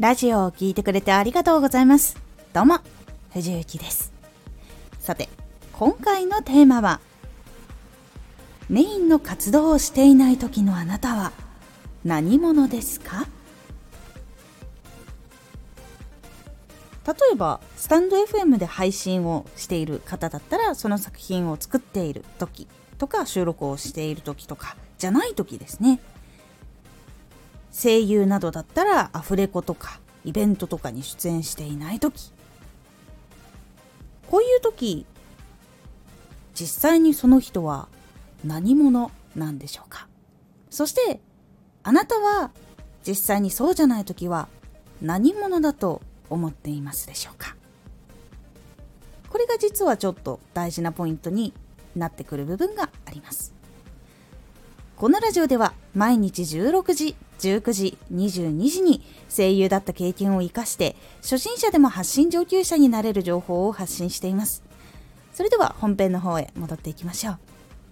ラジオを聞いてくれてありがとうございます。どうも藤幸です。さて、今回のテーマは、メインの活動をしていない時のあなたは何者ですか？例えばスタンド FM で配信をしている方だったら、その作品を作っている時とか、収録をしている時とかじゃない時ですね。声優などだったらアフレコとかイベントとかに出演していない時、こういう時、実際にその人は何者なんでしょうか？そしてあなたは実際にそうじゃない時は何者だと思っていますでしょうか？これが実はちょっと大事なポイントになってくる部分があります。このラジオでは毎日16時、19時、22時に声優だった経験を生かして初心者でも発信上級者になれる情報を発信しています。それでは本編の方へ戻っていきましょう。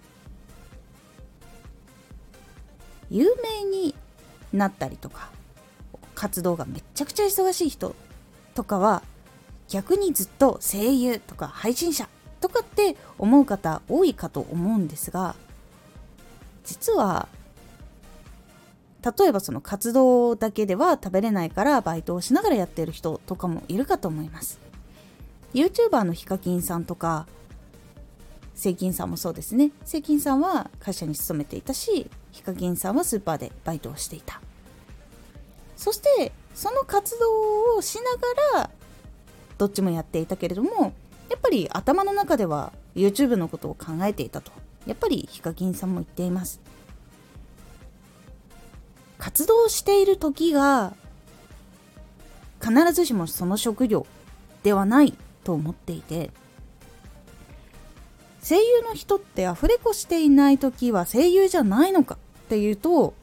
有名になったりとか活動がめちゃくちゃ忙しい人とかは、逆にずっと声優とか配信者とかって思う方多いかと思うんですが、実は例えばその活動だけでは食べれないからバイトをしながらやっている人とかもいるかと思います。 YouTuber のヒカキンさんとかセイキンさんもそうですね。セイキンさんは会社に勤めていたし、ヒカキンさんはスーパーでバイトをしていた。そしてその活動をしながらどっちもやっていたけれども、やっぱり頭の中では YouTube のことを考えていたと、やっぱりヒカキンさんも言っています。活動している時が必ずしもその職業ではないと思っていて、声優の人ってアフレコしていない時は声優じゃないのかっていうと、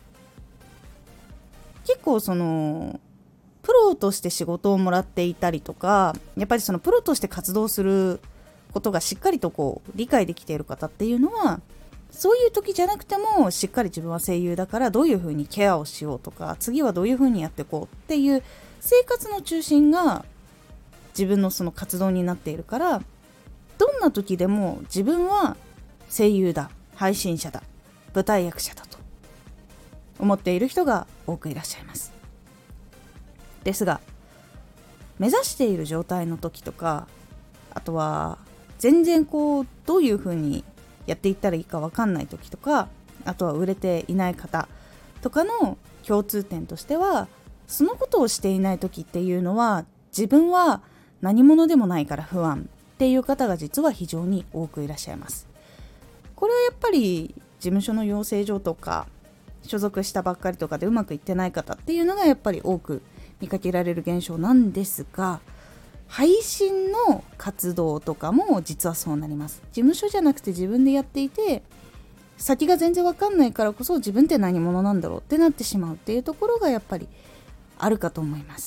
結構そのプロとして仕事をもらっていたりとか、やっぱりそのプロとして活動することがしっかりとこう理解できている方っていうのは、そういう時じゃなくてもしっかり自分は声優だからどういうふうにケアをしようとか、次はどういうふうにやっていこうっていう生活の中心が自分のその活動になっているから、どんな時でも自分は声優だ、配信者だ、舞台役者だと思っている人が多くいらっしゃいます。ですが、目指している状態の時とか、あとは全然こうどういうふうにやっていったらいいか分かんない時とか、あとは売れていない方とかの共通点としては、そのことをしていない時っていうのは、自分は何者でもないから不安っていう方が実は非常に多くいらっしゃいます。これはやっぱり事務所の養成所とか所属したばっかりとかでうまくいってない方っていうのがやっぱり多く見かけられる現象なんですが、配信の活動とかも実はそうなります。事務所じゃなくて自分でやっていて、先が全然わかんないからこそ自分って何者なんだろうってなってしまうっていうところがやっぱりあるかと思います。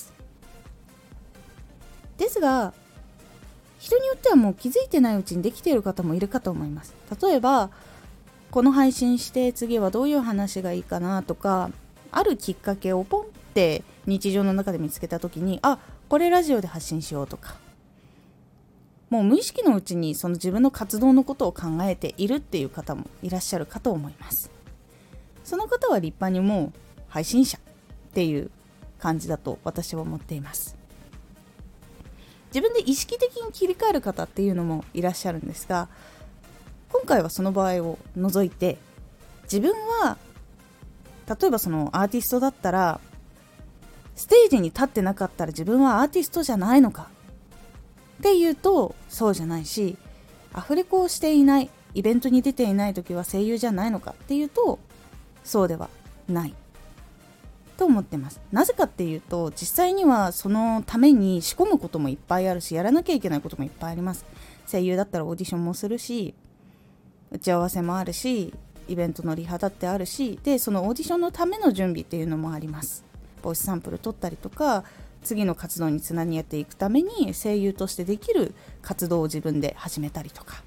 ですが、人によってはもう気づいてないうちにできている方もいるかと思います。例えばこの配信して次はどういう話がいいかなとか、あるきっかけをポンって日常の中で見つけた時に、あ、これラジオで発信しようとか、もう無意識のうちにその自分の活動のことを考えているっていう方もいらっしゃるかと思います。その方は立派にもう配信者っていう感じだと私は思っています。自分で意識的に切り替える方っていうのもいらっしゃるんですが、今回はその場合を除いて、自分は例えばそのアーティストだったら、ステージに立ってなかったら自分はアーティストじゃないのかっていうとそうじゃないし、アフレコをしていない、イベントに出ていない時は声優じゃないのかっていうとそうではないと思ってます。なぜかっていうと、実際にはそのために仕込むこともいっぱいあるし、やらなきゃいけないこともいっぱいあります。声優だったらオーディションもするし、打ち合わせもあるし、イベントのリハだってあるし、でそのオーディションのための準備っていうのもあります。ボイスサンプル取ったりとか、次の活動につなげていくために声優としてできる活動を自分で始めたりとか、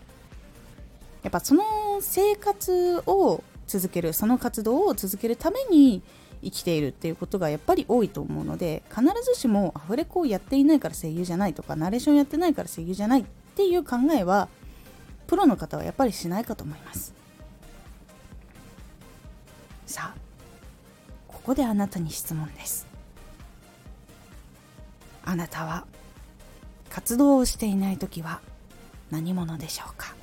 やっぱその生活を続ける、その活動を続けるために生きているっていうことがやっぱり多いと思うので、必ずしもアフレコをやっていないから声優じゃないとか、ナレーションやってないから声優じゃないっていう考えはプロの方はやっぱりしないかと思います。さあ、ここであなたに質問です。あなたは活動をしていないときは何者でしょうか。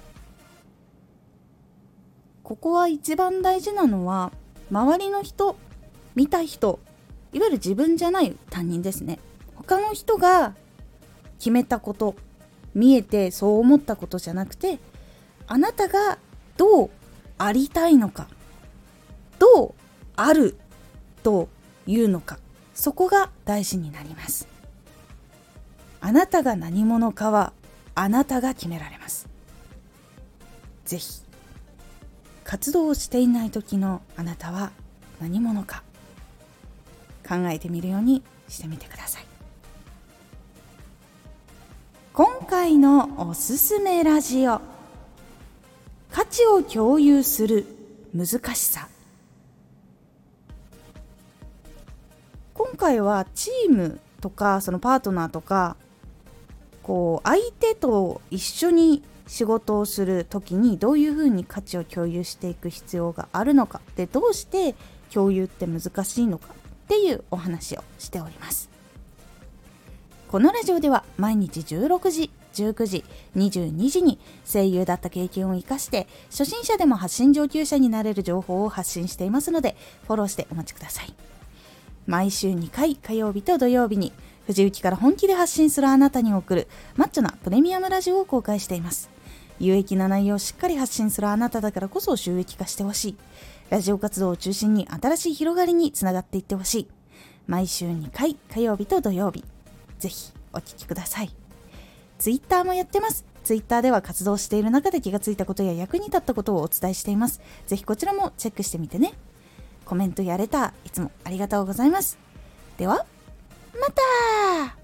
ここは一番大事なのは、周りの人、見た人、いわゆる自分じゃない他人ですね。他の人が決めたこと、見えてそう思ったことじゃなくて、あなたがどうありたいのか、どうあるというのか、そこが大事になります。あなたが何者かはあなたが決められます。ぜひ活動をしていない時のあなたは何者か考えてみるようにしてみてください。今回のおすすめラジオ、価値を共有する難しさ。今回はチームとかそのパートナーとか、相手と一緒に仕事をするときにどういうふうに価値を共有していく必要があるのか、でどうして共有って難しいのかっていうお話をしております。このラジオでは毎日16時、19時、22時に声優だった経験を生かして初心者でも発信上級者になれる情報を発信していますので、フォローしてお待ちください。毎週2回、火曜日と土曜日に藤雪から本気で発信するあなたに送るマッチョなプレミアムラジオを公開しています。有益な内容をしっかり発信するあなただからこそ収益化してほしい。ラジオ活動を中心に新しい広がりにつながっていってほしい。毎週2回、火曜日と土曜日、ぜひお聞きください。ツイッターもやってます。ツイッターでは活動している中で気がついたことや役に立ったことをお伝えしています。ぜひこちらもチェックしてみてね。コメントやレターいつもありがとうございます。ではまた。